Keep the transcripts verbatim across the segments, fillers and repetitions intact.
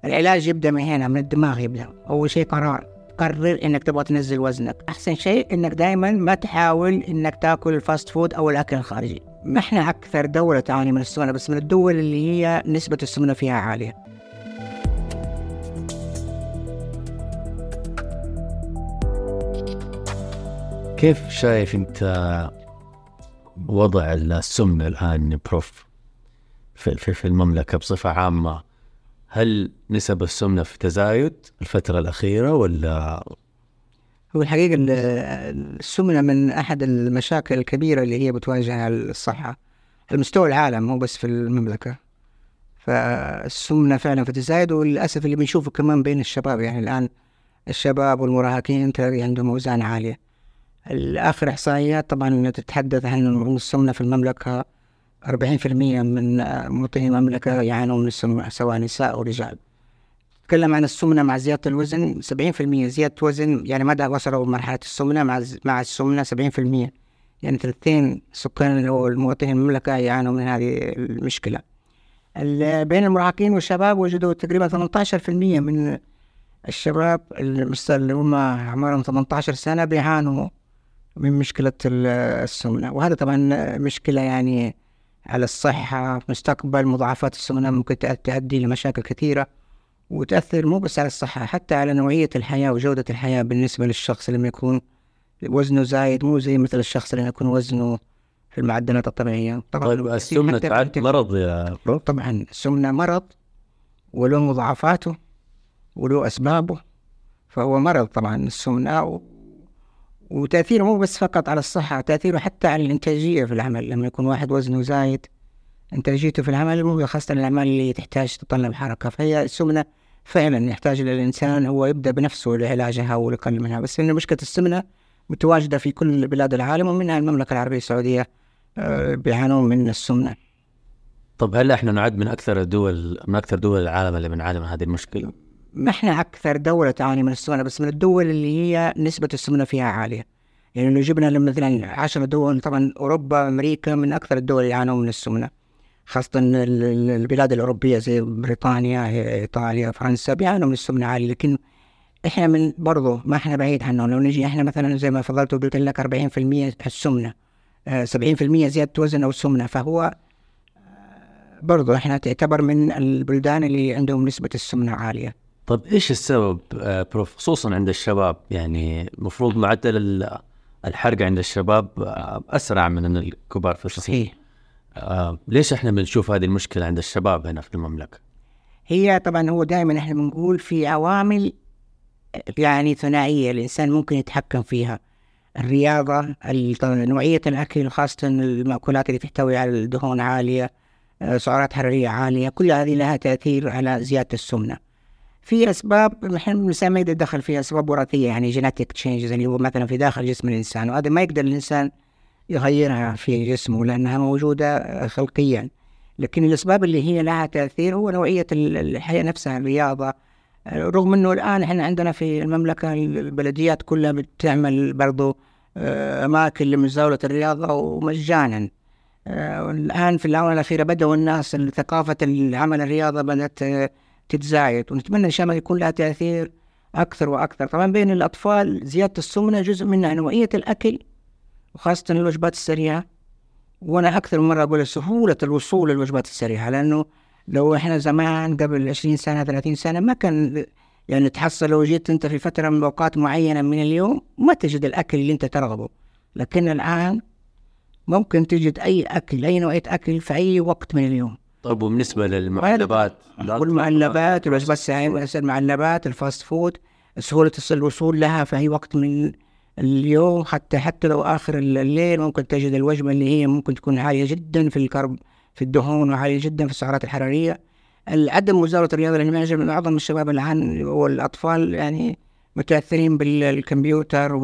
العلاج يبدأ من هنا، من الدماغ يبدأ. أول شيء قرار، قرر إنك تبغى تنزل وزنك. أحسن شيء إنك دائما ما تحاول إنك تأكل الفاست فود أو الأكل الخارجي. ما إحنا أكثر دولة تعاني من السمنة، بس من الدول اللي هي نسبة السمنة فيها عالية. كيف شايف أنت وضع السمنة الآن بروف في, في, في المملكة بصفة عامة؟ هل نسب السمنة في تزايد الفترة الأخيرة ولا؟ هو الحقيقة السمنة من أحد المشاكل الكبيرة اللي هي بتواجه الصحة على مستوى العالم، مو بس في المملكة. فالسمنة فعلا في تزايد، وللأسف اللي بنشوفه كمان بين الشباب. يعني الآن الشباب والمراهقين تلاقي عندهم أوزان عالية. الآخر إحصائيات طبعا تتحدث عن السمنة في المملكة أربعين بالمئة من مواطني المملكة يعانون من السمنة، سواء نساء أو رجال. تكلم عن السمنة مع زيادة الوزن، سبعين بالمئة زيادة وزن، يعني مدى وصلوا مرحلة السمنة مع مع السمنة سبعين بالمئة، يعني ثلاثين سكان أو المواطنين المملكة يعانوا من هذه المشكلة. بين المراهقين والشباب وجدوا تقريبا ثمانية عشر بالمئة من الشباب اللي هم عمرهم ثمانية عشر سنة بيعانوا من مشكلة السمنة. وهذا طبعا مشكلة يعني على الصحة. مستقبل مضاعفات السمنة ممكن تؤدي لمشاكل كثيرة، وتأثر مو بس على الصحة، حتى على نوعية الحياة وجودة الحياة بالنسبة للشخص لما يكون وزنه زايد، مو زي مثل الشخص اللي يكون وزنه في المعدلات الطبيعية. طبعا السمنة تعد مرض يا برو. طبعا السمنة مرض وله مضاعفاته وله أسبابه، فهو مرض طبعا السمنة. و... وتأثيره مو بس فقط على الصحة، تأثيره حتى على الإنتاجية في العمل. لما يكون واحد وزنه زايد إنتاجيته في العمل، مو خاصة الأعمال اللي تحتاج تتطلب حركة. فهي السمنة فعلا يحتاج الإنسان هو يبدأ بنفسه لعلاجها ويقلل منها. بس إن مشكلة السمنة متواجدة في كل بلاد العالم، ومنها المملكة العربية السعودية بيعانون من السمنة. طب هل احنا نعد من أكثر الدول من أكثر دول العالم اللي بنعاني من هذه المشكلة؟ ما احنا أكثر دولة تعاني من السمنة، بس من الدول اللي هي نسبة السمنة فيها عالية. يعني لو جبنا مثلا عشر دول، طبعا أوروبا أمريكا من أكثر الدول اللي يعانون من السمنة، خاصة البلاد الأوروبية زي بريطانيا، إيطاليا، فرنسا بيعانوا من السمنة عالية. لكن إحنا من برضو ما إحنا بعيد عنه. لو نجي إحنا مثلا زي ما فضلت وقلت لك أربعين بالمئة السمنة، سبعين بالمئة زيادة وزن أو سمنة، فهو برضو إحنا تعتبر من البلدان اللي عندهم نسبة السمنة عالية. طب إيش السبب بروف خصوصا عند الشباب؟ يعني مفروض معدل الحرق عند الشباب أسرع من الكبار في السن. صحيح. آه، ليش احنا بنشوف هذه المشكلة عند الشباب هنا في المملكة؟ هي طبعا هو دائما احنا بنقول في عوامل يعني ثنائية الإنسان ممكن يتحكم فيها: الرياضة، نوعية الأكل، خاصة المأكولات اللي تحتوي على الدهون عالية، سعرات حرارية عالية، كل هذه لها تأثير على زيادة السمنة. في أسباب نحن الإنسان ما يقدر يدخل فيها، أسباب وراثية يعني genetic changes اللي هو مثلا في داخل جسم الإنسان، وهذا ما يقدر الإنسان يغيرها في جسمه لأنها موجودة خلقيا. لكن الأسباب اللي هي لها تأثير هو نوعية الحياة نفسها، الرياضة. رغم أنه الآن إحنا عندنا في المملكة البلديات كلها بتعمل برضو أماكن لمزاولة الرياضة ومجانا. الآن في الآونة الأخيرة بدأوا الناس ثقافة العمل الرياضة بدأت تتزايد، ونتمنى إن شاء الله يكون لها تأثير أكثر وأكثر. طبعا بين الأطفال زيادة السمنة جزء منها نوعية الأكل، وخاصة الوجبات السريعة. وأنا أكثر من مرة أقول سهولة الوصول للوجبات السريعة، لأنه لو إحنا زمان قبل عشرين سنة ثلاثين سنة ما كان يعني تحصل لو جيت أنت في فترة من أوقات معينة من اليوم ما تجد الأكل اللي أنت ترغبه. لكن الآن ممكن تجد أي أكل، أي نوعية أكل في أي وقت من اليوم. طيب وبالنسبة للمعلبات والمعلبات والوجبات السريعة، المعلبات، الفاست فود، سهولة الوصول لها في أي وقت من اليوم، حتى حتى لو آخر الليل ممكن تجد الوجبة اللي هي ممكن تكون عالية جدا في الكرب في الدهون وعالية جدا في السعرات الحرارية. العدم مزاولة الرياضة، لأن معظم الشباب الآن والأطفال يعني متأثرين بالكمبيوتر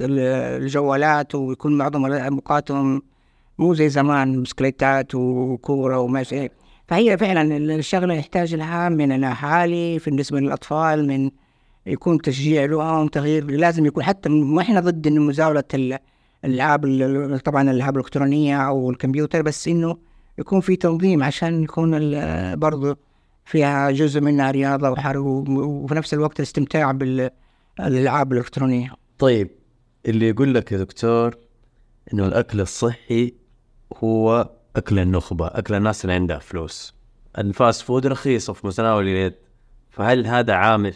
والجوالات، ويكون معظم أوقاتهم مو زي زمان بسكليتات وكورة وما شيء. فهي فعلا الشغلة يحتاج لها من الأهالي في بالنسبة للأطفال، من يكون تشجيع لهم، تغيير. لازم يكون حتى ما احنا ضد انه مزاولة الالعاب، طبعا الالعاب الالكترونية او الكمبيوتر، بس انه يكون في تنظيم عشان يكون برضو فيها جزء منها رياضة وحرق، وفي نفس الوقت الاستمتاع بالألعاب الإلكترونية. طيب اللي يقول لك يا دكتور إنه الأكل الصحي هو أكل النخبة، أكل الناس اللي عندها فلوس، الفاست فود رخيص وفي متناول اليد، فهل هذا عامل؟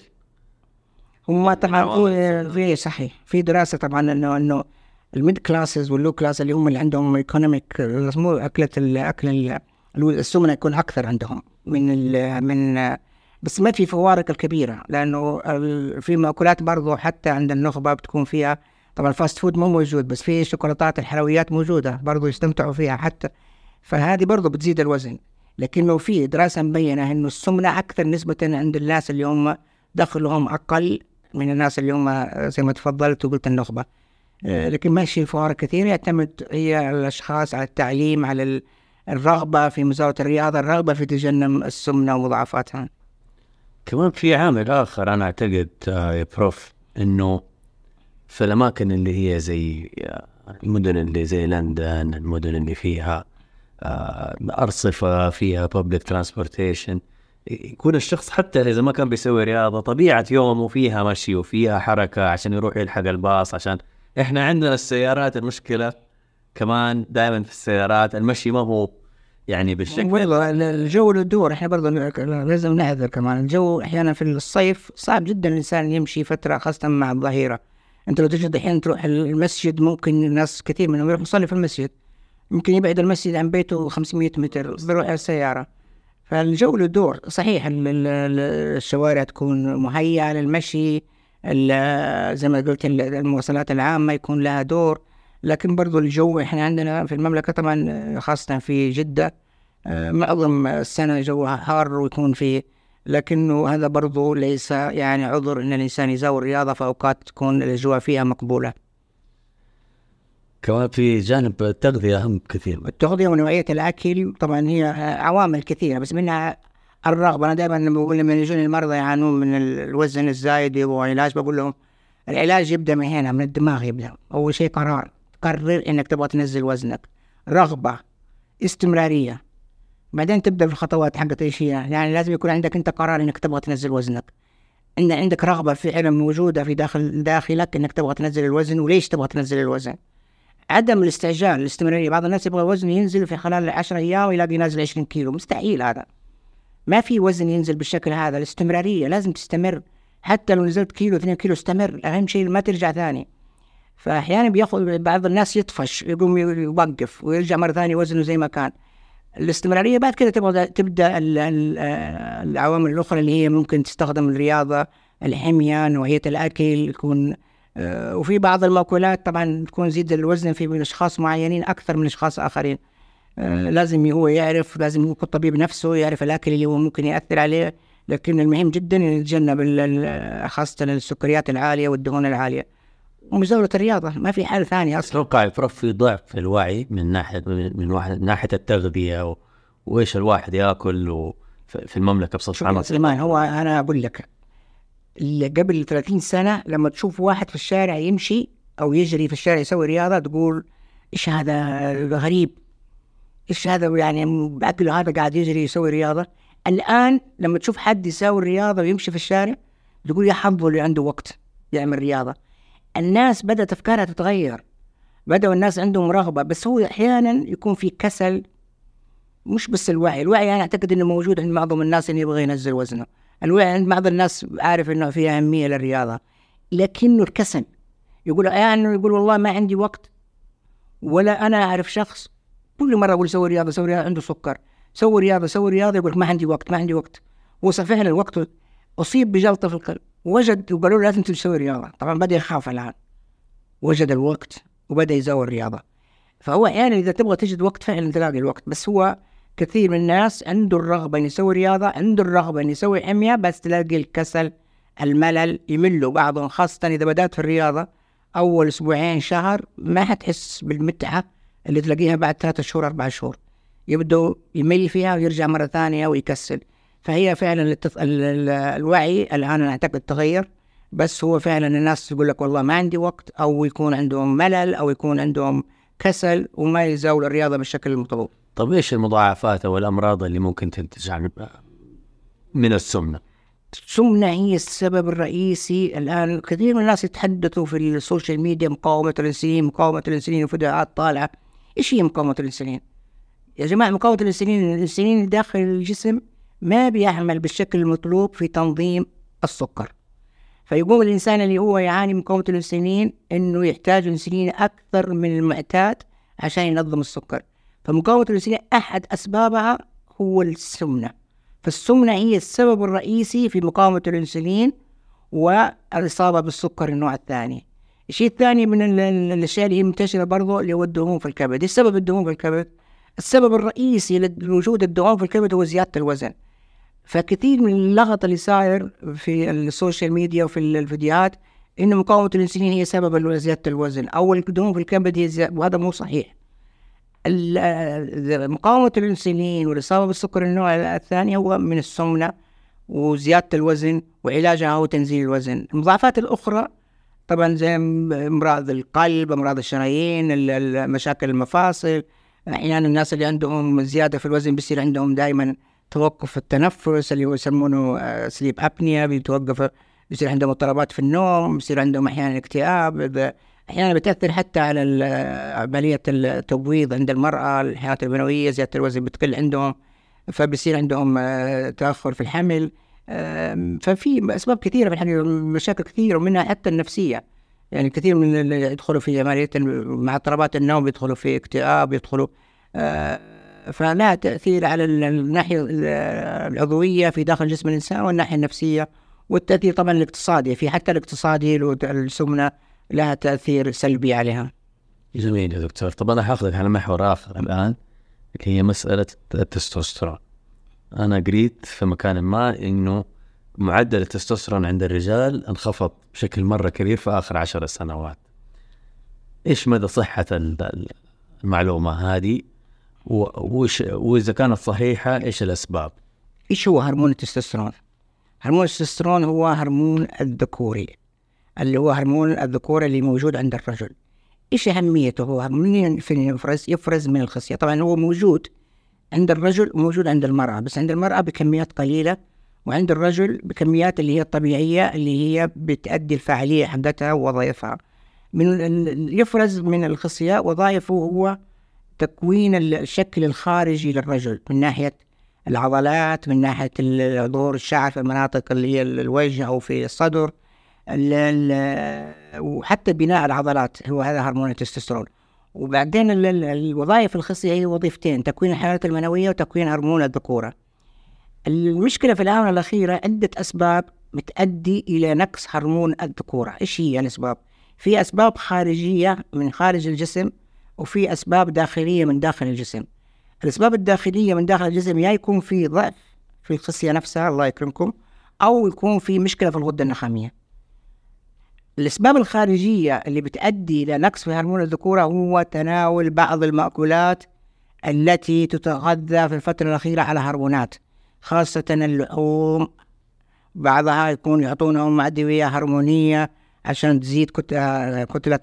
هم طبعا في صحيح في دراسة طبعا إنه إنه الميد كلاسز واللو كلاس اللي هم اللي عندهم ايكونوميك مو أكلة الأكل السمنة يكون أكثر عندهم من ال من بس ما في فوارق الكبيرة، لأنه في مأكولات برضو حتى عند النخبة بتكون فيها طبعا الفاست فود مو موجود، بس في شوكولاتات الحلويات موجودة برضو يستمتعوا فيها حتى، فهذه برضو بتزيد الوزن. لكنه في دراسة مبينة إنه السمنة أكثر نسبة عند الناس اللي هم دخلهم أقل من الناس اللي هم زي ما تفضلت وقلت النخبة. لكن ماشي فوارق كثير، يعتمد هي الأشخاص على التعليم، على الرغبة في مزاولة الرياضة، الرغبة في تجنب السمنة ومضاعفاتها. كمان في عامل آخر أنا أعتقد يا بروف، إنه في الأماكن اللي هي زي المدن اللي زي لندن، المدن اللي فيها أرصفة فيها public transportation، يكون الشخص حتى إذا ما كان بيسوي رياضة طبيعة يومه فيها مشي وفيها حركة عشان يروح يلحق الباص. عشان إحنا عندنا السيارات المشكلة كمان دائما في السيارات المشي ما هو يعني بالشكل. والله الجو له دور، إحنا برضو لازم نعذر كمان الجو أحيانا في الصيف صعب جدا الإنسان يمشي فترة خاصة مع الظهيرة. أنت لو تجد الحين تروح المسجد ممكن الناس كثير منهم يروح يصلي في المسجد، ممكن يبعد المسجد عن بيته خمسمية متر بيروح السيارة. فالجو له دور صحيح، الشوارع تكون مهيئة للمشي، زي ما قلت المواصلات العامة يكون لها دور، لكن برضو الجو احنا عندنا في المملكة طبعا خاصة في جدة معظم السنة جوها حار ويكون فيه، لكنه هذا برضو ليس يعني عذر ان الانسان يزور رياضة في اوقات تكون الاجواء فيها مقبولة. كمان في جانب التغذية أهم كثير. التغذية ونوعية الأكل طبعا هي عوامل كثيرة، بس منها الرغبة. أنا دائما لما بقول لما يجون المرضى يعانون من الوزن الزايد وعلاج، بقول لهم العلاج يبدأ من هنا، من الدماغ يبدأ. أول شيء قرار، قرر إنك تبغى تنزل وزنك، رغبة، استمرارية، بعدين تبدأ في الخطوات حقت إيش هي. يعني لازم يكون عندك أنت قرار إنك تبغى تنزل وزنك، إن عندك رغبة فعلا موجودة في داخل داخلك إنك تبغى تنزل الوزن، وليش تبغى تنزل الوزن. عدم الاستعجال، الاستمرارية. بعض الناس يبغى وزن ينزل في خلال عشرة أيام ويلاقي نازل عشرين كيلو، مستحيل هذا، ما في وزن ينزل بالشكل هذا. الاستمرارية لازم تستمر، حتى لو نزلت كيلو اثنين كيلو استمر، أهم شيء ما ترجع ثاني. فأحيانا بياخذ بعض الناس يطفش يقوم يوقف ويرجع مرة ثانية وزنه زي ما كان. الاستمرارية بعد كده تبغى تبدأ العوامل الأخرى اللي هي ممكن تستخدم الرياضة، الحمية، نوعية الأكل يكون. آه وفي بعض المأكولات طبعا تكون زيد الوزن في أشخاص معينين أكثر من أشخاص آخرين. آه لازم هو يعرف، لازم هو الطبيب نفسه يعرف الأكل اللي هو ممكن يأثر عليه. لكن المهم جدا يتجنب خاصة السكريات العالية والدهون العالية ومزاولة الرياضة، ما في حل ثاني أصلا. أتوقع الفرق في ضعف في الوعي من ناحية من واحد ناحية التغذية و... وإيش الواحد يأكل و... في المملكة بصفة عامة. سليمان، هو أنا أقول لك اللي قبل ثلاثين سنة لما تشوف واحد في الشارع يمشي أو يجري في الشارع يسوي رياضة تقول إيش هذا غريب، إيش هذا يعني بعقله هذا قاعد يجري يسوي رياضة. الآن لما تشوف حد يسوي رياضة ويمشي في الشارع تقول يا حظه اللي عنده وقت يعمل رياضة. الناس بدأت أفكارها تتغير، بدأوا الناس عندهم رغبة، بس هو أحيانا يكون في كسل. مش بس الوعي، الوعي أنا أعتقد أنه موجود عند معظم الناس اللي يبغى ينزل وزنه، الوعي عند بعض الناس عارف أنه فيه أهمية للرياضة، لكنه الكسل يقول يعني يقول والله ما عندي وقت. ولا أنا أعرف شخص كل مرة أقول سوي رياضة سوي رياضة عنده سكر، سوي رياضة سوي رياضة يقول ما عندي وقت ما عندي وقت. وفعلا الوقت أصيب بجلطة في القلب، وجد وقالوا له لازم تسوي رياضة، طبعا بدأ يخاف الآن، وجد الوقت وبدأ يزور رياضة. فهو يعني إذا تبغى تجد وقت فعلا تلاقي الوقت، بس هو كثير من الناس عنده الرغبة أن يسوي رياضة، عنده الرغبة أن يسوي حمية، بس تلاقي الكسل، الملل، يملوا بعضهم. خاصة إذا بدأت في الرياضة أول أسبوعين شهر ما حتحس بالمتعة اللي تلاقيها بعد ثلاثة شهور أربعة شهور، يبدأ يمل فيها ويرجع مرة ثانية ويكسل. فهي فعلا التث... ال... ال... الوعي الآن أنا أعتقد تغير، بس هو فعلا الناس تقول لك والله ما عندي وقت، أو يكون عندهم ملل أو يكون عندهم كسل وما يزاول الرياضة بالشكل المطلوب. طب إيش المضاعفات أو الأمراض اللي ممكن تنتج عن من السمنة؟ السمنة هي السبب الرئيسي. الآن كثير من الناس يتحدثوا في السوشيال ميديا مقاومة الأنسولين مقاومة الأنسولين وفيديوهات طالعة. إيش هي مقاومة الأنسولين؟ يا جماعة مقاومة الأنسولين، الأنسولين داخل الجسم ما بيعمل بالشكل المطلوب في تنظيم السكر، فيقوم الإنسان اللي هو يعاني من مقاومة الأنسولين إنه يحتاج أنسولين أكثر من المعتاد عشان ينظم السكر. فمقاومة الأنسولين أحد أسبابها هو السمنة، فالسمنة هي السبب الرئيسي في مقاومة الأنسولين والإصابة بالسكر النوع الثاني. الشيء الثاني من الأشياء اللي هي منتشرة برضو اللي هو الدهون في الكبد. إيش سبب الدهون في الكبد؟ السبب الرئيسي لوجود الدهون في الكبد هو زيادة الوزن. فكثير من اللغط اللي صاير في السوشيال ميديا وفي الفيديوهات إنه مقاومة الأنسولين هي سبب زيادة الوزن أو الدهون في الكبد هي زيادة، وهذا مو صحيح. مقاومة الأنسولين والإصابة بالسكر النوع الثاني هو من السمنة وزيادة الوزن، وعلاجها هو تنزيل الوزن. المضاعفات الأخرى طبعا زي أمراض القلب، أمراض الشرايين، مشاكل المفاصل. أحيانا الناس اللي عندهم زيادة في الوزن بيصير عندهم دائما توقف التنفس اللي هو يسمونه سليب أبنيا، بيتوقف، بيصير عندهم اضطرابات في النوم، بيصير عندهم أحيانا اكتئاب، أحيانا بتأثر حتى على عملية التبويض عند المرأة، الحياة المنوية، زيادة الوزن بتقل عندهم، فبيصير عندهم تأخر في الحمل. ففي أسباب كثيرة في الحقيقة، مشاكل كثيرة ومنها حتى النفسية. يعني كثير من اللي يدخلوا في عملية مع اضطرابات النوم بيدخلوا في اكتئاب، يدخلوا فلها تأثير على الناحية العضوية في داخل جسم الإنسان والناحية النفسية، والتأثير طبعا الاقتصادي، في حتى الاقتصادي السمنة لها تأثير سلبي عليها. جميل يا دكتور. طب أنا حاخذك على محور آخر الآن، هي مسألة التستوستيرون. أنا قريت في مكان ما إنه معدل التستوستيرون عند الرجال انخفض بشكل مرة كبير في آخر عشر سنوات. إيش مدى صحة المعلومة هذه؟ وش وإذا كانت صحيحة إيش الأسباب؟ إيش هو هرمون التستوستيرون؟ هرمون التستوستيرون هو هرمون الذكوري، اللي هو هرمون الذكورة اللي موجود عند الرجل. إيش أهميته؟ هو هرمون يفرز يفرز من الخصية. طبعا هو موجود عند الرجل وموجود عند المرأة، بس عند المرأة بكميات قليلة، وعند الرجل بكميات اللي هي الطبيعية اللي هي بتأدي الفعالية حقتها ووظائفها. من يفرز من الخصية وظائفه هو تكوين الشكل الخارجي للرجل من ناحية العضلات، من ناحية ظهور الشعر في المناطق اللي هي الوجه أو في الصدر، ال ال وحتى بناء العضلات، هو هذا هرمون التستوستيرون. وبعدين الوظائف الخصية هي وظيفتين، تكوين الحيوانات المنوية وتكوين هرمون الذكورة. المشكلة في الآونة الأخيرة عدة أسباب بتؤدي إلى نقص هرمون الذكورة. إيش هي الأسباب؟ في أسباب خارجية من خارج الجسم، وفي أسباب داخلية من داخل الجسم. الأسباب الداخلية من داخل الجسم يا يكون في ضعف في الخصية نفسها، الله يكرمكم، أو يكون في مشكلة في الغدة النخامية. الأسباب الخارجية اللي بتؤدي إلى نقص في هرمون الذكورة هو تناول بعض المأكولات التي تتغذى في الفترة الأخيرة على هرمونات، خاصة اللحوم. بعضها يكون يعطونهم أدوية هرمونية عشان تزيد كتلة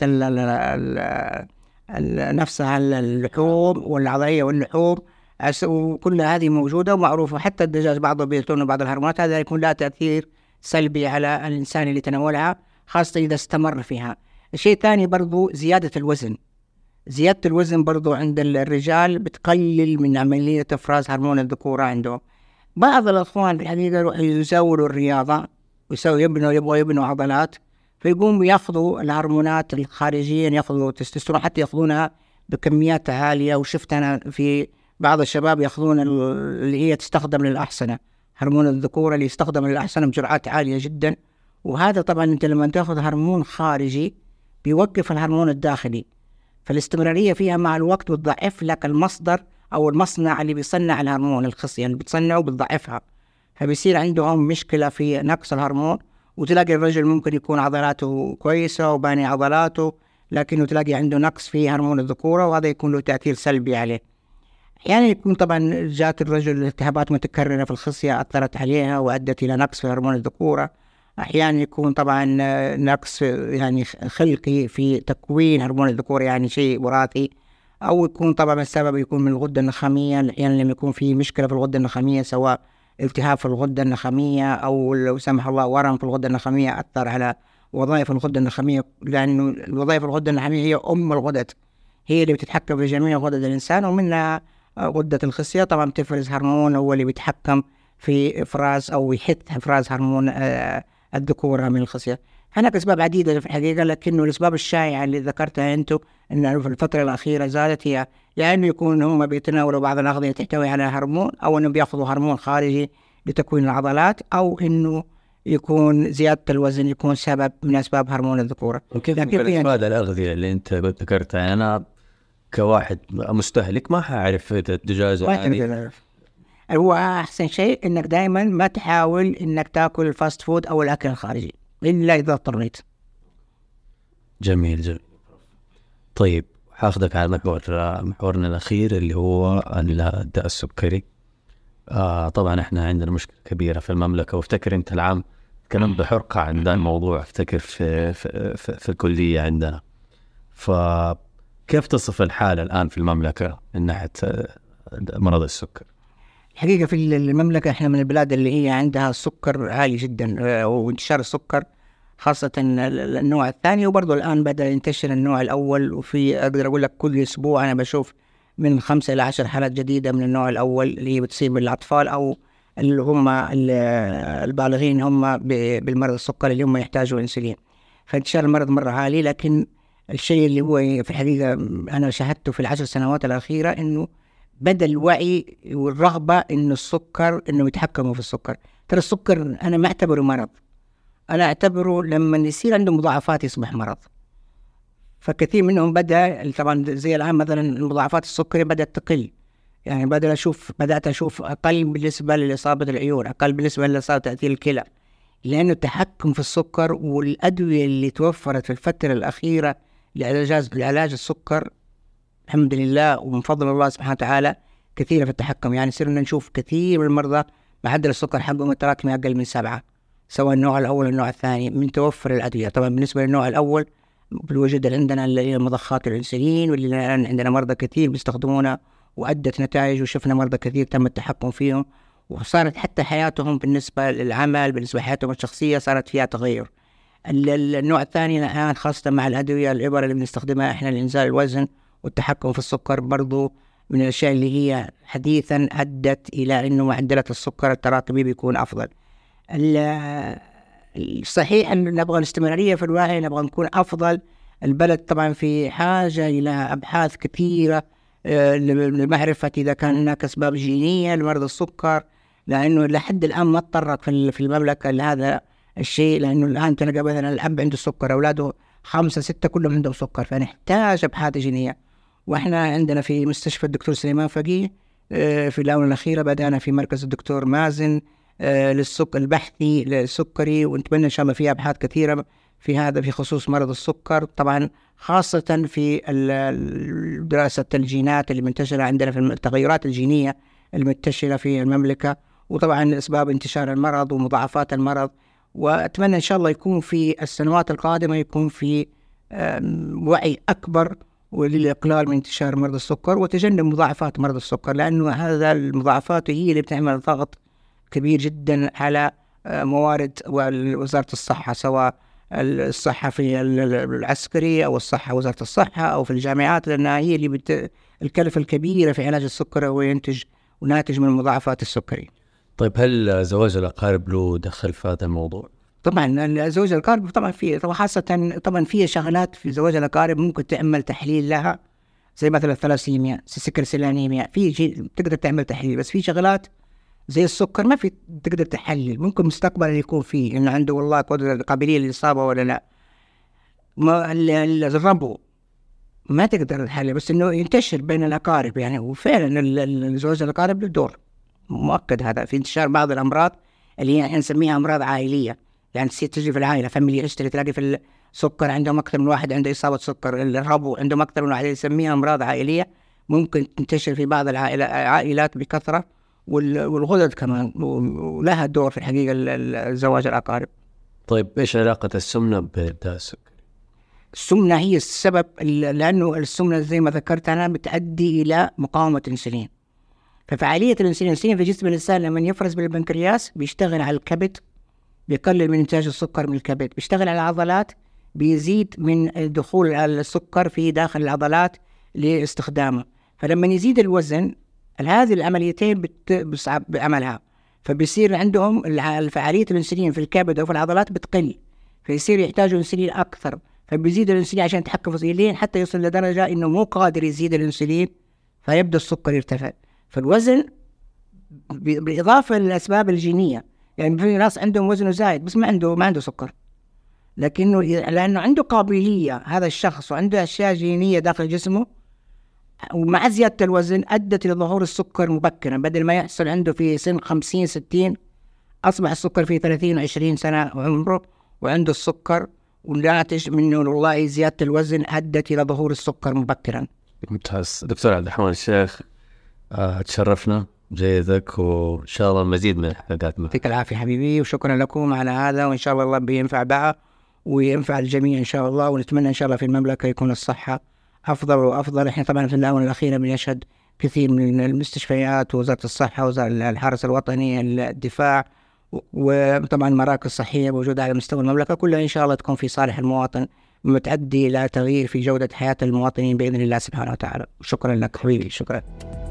نفسها اللحوم والعضلية واللحوم، وكل هذه موجودة ومعروفة. حتى الدجاج بعضه بيعطونه بعض الهرمونات، هذا يكون لها تأثير سلبي على الإنسان اللي تناولها، خاصة إذا استمر فيها. الشيء الثاني برضو زيادة الوزن. زيادة الوزن برضو عند الرجال بتقلل من عملية إفراز هرمون الذكورة عندهم. بعض الأخوان في الحقيقة يزاولوا الرياضة ويسووا يبنوا يبغوا يبنوا عضلات، فيقوموا يأخذوا الهرمونات الخارجية، يأخذوا تستوستيرون، حتى يأخذونها بكميات عالية. وشفت أنا في بعض الشباب يأخذون اللي هي تستخدم للأحصنة، هرمون الذكورة اللي يستخدم للأحصنة بجرعات عالية جدا. وهذا طبعا أنت لما تأخذ هرمون خارجي بيوقف الهرمون الداخلي، فالاستمرارية فيها مع الوقت بتضعف لك المصدر أو المصنع اللي بيصنع الهرمون الخصية، يعني بتصنعه بتضعفها، فبيصير عندهم مشكلة في نقص الهرمون. وتلاقي الرجل ممكن يكون عضلاته كويسة وباني عضلاته، لكنه تلاقي عنده نقص في هرمون الذكورة، وهذا يكون له تأثير سلبي عليه. يعني يكون طبعا جات الرجل التهابات متكررة في الخصية أثرت عليها وأدت إلى نقص في هرمون الذكورة. أحيانا يكون طبعا نقص يعني خلقي في تكوين هرمون الذكورة، يعني شيء وراثي، أو يكون طبعا السبب يكون من الغدة النخامية. أحيانا لما يكون في مشكلة في الغدة النخامية، سواء التهاب في الغدة النخامية، أو لو سمح الله ورم في الغدة النخامية أثر على وظائف الغدة النخامية، لأنه وظائف الغدة النخامية هي أم الغدد، هي اللي بتتحكم في جميع غدد الإنسان، ومنها غدة الخصية طبعا بتفرز هرمون هو اللي بيتحكم في إفراز أو يحث إفراز هرمون آه الذكورة من الخصية. هناك أسباب عديدة في الحقيقة، لكنه الأسباب الشائعة اللي ذكرتها أنتم إنه في الفترة الأخيرة زادت، هي يعني يكون هم بيتناولوا بعض الأغذية تحتوي على هرمون، أو إنه بيأخذوا هرمون خارجي لتكوين العضلات، أو إنه يكون زيادة الوزن يكون سبب من أسباب هرمون الذكورة. وكيف ممكن إفادة الأغذية اللي أنت ذكرتها؟ يعني أنا كواحد مستهلك ما حاعرف الدجاجة يعني. هو أحسن شيء إنك دائما ما تحاول إنك تأكل الفاست فود أو الأكل الخارجي إلا إذا اضطريت. جميل جميل. طيب حاخذك على محور محورنا الأخير اللي هو الداء السكري. آه طبعا إحنا عندنا مشكلة كبيرة في المملكة، وافتكر أنت العام كلام بحرقة عن ذا الموضوع، افتكر في في في, في الكلية عندنا. فكيف تصف الحالة الآن في المملكة من ناحية مرض السكر؟ الحقيقة في المملكة إحنا من البلاد اللي هي عندها السكر عالي جدا، وانتشار السكر خاصة النوع الثاني، وبرضو الآن بدأ ينتشر النوع الأول، وفي أقدر أقول لك كل أسبوع أنا بشوف من خمسة إلى عشر حالات جديدة من النوع الأول اللي بتصيب الأطفال أو اللي هم البالغين هم بالمرض السكري اللي هم يحتاجوا إنسولين. فانتشار المرض مرة عالي، لكن الشيء اللي هو في الحقيقة أنا شاهدته في العشر سنوات الأخيرة إنه بدأ الوعي والرغبة إنه السكر إنه يتحكموا في السكر. ترى السكر أنا ما أعتبره مرض، أنا أعتبره لما يصير عنده مضاعفات يصبح مرض. فكثير منهم بدأ طبعا زي الآن مثلا المضاعفات السكري بدأت تقل، يعني بدأت أشوف بدأت أشوف أقل بالنسبة لإصابة العيون، أقل بالنسبة لإصابة تأثير الكلى، لأنه التحكم في السكر والأدوية اللي توفرت في الفترة الأخيرة لعلاج لعلاج السكر الحمد لله ومن فضل الله سبحانه وتعالى كثيرة في التحكم. يعني صرنا نشوف كثير من المرضى معدل السكر حقهم التراكمي أقل من سبعة، سواء النوع الأول والنوع الثاني من توفر الأدوية. طبعا بالنسبة للنوع الأول بالوجود عندنا اللي هي مضخات الأنسولين، واللي الآن عندنا مرضى كثير بيستخدمونها وأدت نتائج، وشفنا مرضى كثير تم التحكم فيهم، وصارت حتى حياتهم بالنسبة للعمل بالنسبة لحياتهم الشخصية صارت فيها تغير. النوع الثاني الآن خاصة مع الأدوية الإبر اللي بنستخدمها إحنا لإنزال الوزن والتحكم في السكر، برضو من الأشياء اللي هي حديثا أدت إلى أنه معدلات السكر التراكمي بيكون أفضل. الصحيح أن نبغى الاستمرارية في الوعي، نبغى نكون أفضل. البلد طبعا في حاجة إلى أبحاث كثيرة لمعرفة إذا كان هناك أسباب جينية لمرض السكر، لأنه لحد الآن ما تطرق في المملكة لهذا الشيء، لأنه الآن تلقى مثلا الأب عنده سكر، أولاده خمسة ستة كلهم عندهم سكر، فنحتاج أبحاث جينية. وإحنا عندنا في مستشفى الدكتور سليمان فقيه في الآونة الأخيرة بدأنا في مركز الدكتور مازن للسكر البحثي للسكري، ونتمنى إن شاء الله فيها أبحاث كثيرة في هذا في خصوص مرض السكر، طبعا خاصة في دراسة الجينات اللي منتشرة عندنا في التغيرات الجينية المنتشرة في المملكة، وطبعا أسباب انتشار المرض ومضاعفات المرض. وأتمنى إن شاء الله يكون في السنوات القادمة يكون في وعي أكبر وللإقلال من انتشار مرض السكر وتجنب مضاعفات مرض السكر، لأنه هذا المضاعفات هي اللي بتعمل ضغط كبير جدا على موارد وزارة الصحة، سواء الصحة في العسكري أو الصحة وزارة الصحة أو في الجامعات، لأنها هي اللي بت... الكلفة الكبيرة في علاج السكر هو ينتج وناتج من مضاعفات السكري. طيب هل زواج الأقارب له دخل في هذا الموضوع؟ طبعا زواج الأقارب طبعا فيه طبعا خاصة طبعا فيه شغلات في زواج الأقارب ممكن تعمل تحليل لها، زي مثلا الثلاسيميا، سكر سيلانيميا، في شيء تقدر تعمل تحليل، بس في شغلات زي السكر ما في تقدر تحلل، ممكن مستقبلا يكون فيه إنه عنده والله قدرة قابلية للإصابة ولا لا. ما الربو ما تقدر تحلل، بس إنه ينتشر بين الأقارب يعني، وفعلا الزواج الأقارب له دور مؤكد هذا في انتشار بعض الأمراض اللي هي نسميها أمراض عائلية، يعني تصير تجي في العائلة فاميلي هيستوري، تلاقي في السكر عندهم أكثر من واحد عنده إصابة سكر، الربو عندهم أكثر من واحد، يسميها أمراض عائلية ممكن تنتشر في بعض العائلات بكثرة، والغدد كمان ولها دور في الحقيقة الزواج الأقارب. طيب إيش علاقة السمنة بالداء السكري؟ السمنة هي السبب، لأنه السمنة زي ما ذكرت أنا بتؤدي إلى مقاومة الأنسولين، ففعالية الأنسولين الأنسولين في جسم الإنسان لما يفرز بالبنكرياس بيشتغل على الكبد، بيقلل من إنتاج السكر من الكبد، بيشتغل على العضلات، بيزيد من دخول السكر في داخل العضلات لاستخدامه. فلما يزيد الوزن هذه العمليتين بتصعب بعملها، فبيصير عندهم الفعالية الأنسولين في الكبد أو في العضلات بتقل، فيصير يحتاجوا أنسولين أكثر، فبيزيد الأنسولين عشان يتحكم في الأنسولين حتى يوصل لدرجة إنه مو قادر يزيد الأنسولين، فيبدأ السكر يرتفع. فالوزن بالإضافة للأسباب الجينية، يعني في ناس عندهم وزنه زايد بس ما عنده ما عنده سكر، لكنه لأنه عنده قابلية هذا الشخص وعنده أشياء جينية داخل جسمه، ومع زيادة الوزن أدت إلى ظهور السكر مبكرا، بدل ما يحصل عنده في سن خمسين ستين أصبح السكر في ثلاثين وعشرين سنة عمره وعنده السكر، والناتج منه والله زيادة الوزن أدت إلى ظهور السكر مبكرا. ممتاز دكتور عبد الرحمن الشيخ، أه تشرفنا جيدك، وإن شاء الله المزيد من الحلقات. يعطيك العافية حبيبي، وشكرا لكم على هذا، وإن شاء الله الله بينفع بها وينفع الجميع إن شاء الله، ونتمنى إن شاء الله في المملكة يكون الصحة أفضل وأفضل. إحنا طبعا في الآونة الأخيرة بنشهد كثير من المستشفيات ووزارة الصحة ووزارة الحرس الوطني الدفاع وطبعا مراكز صحية موجودة على مستوى المملكة كلها، إن شاء الله تكون في صالح المواطن متعدي إلى تغيير في جودة حياة المواطنين بإذن الله سبحانه وتعالى. شكرا لك حبيبي، شكرا.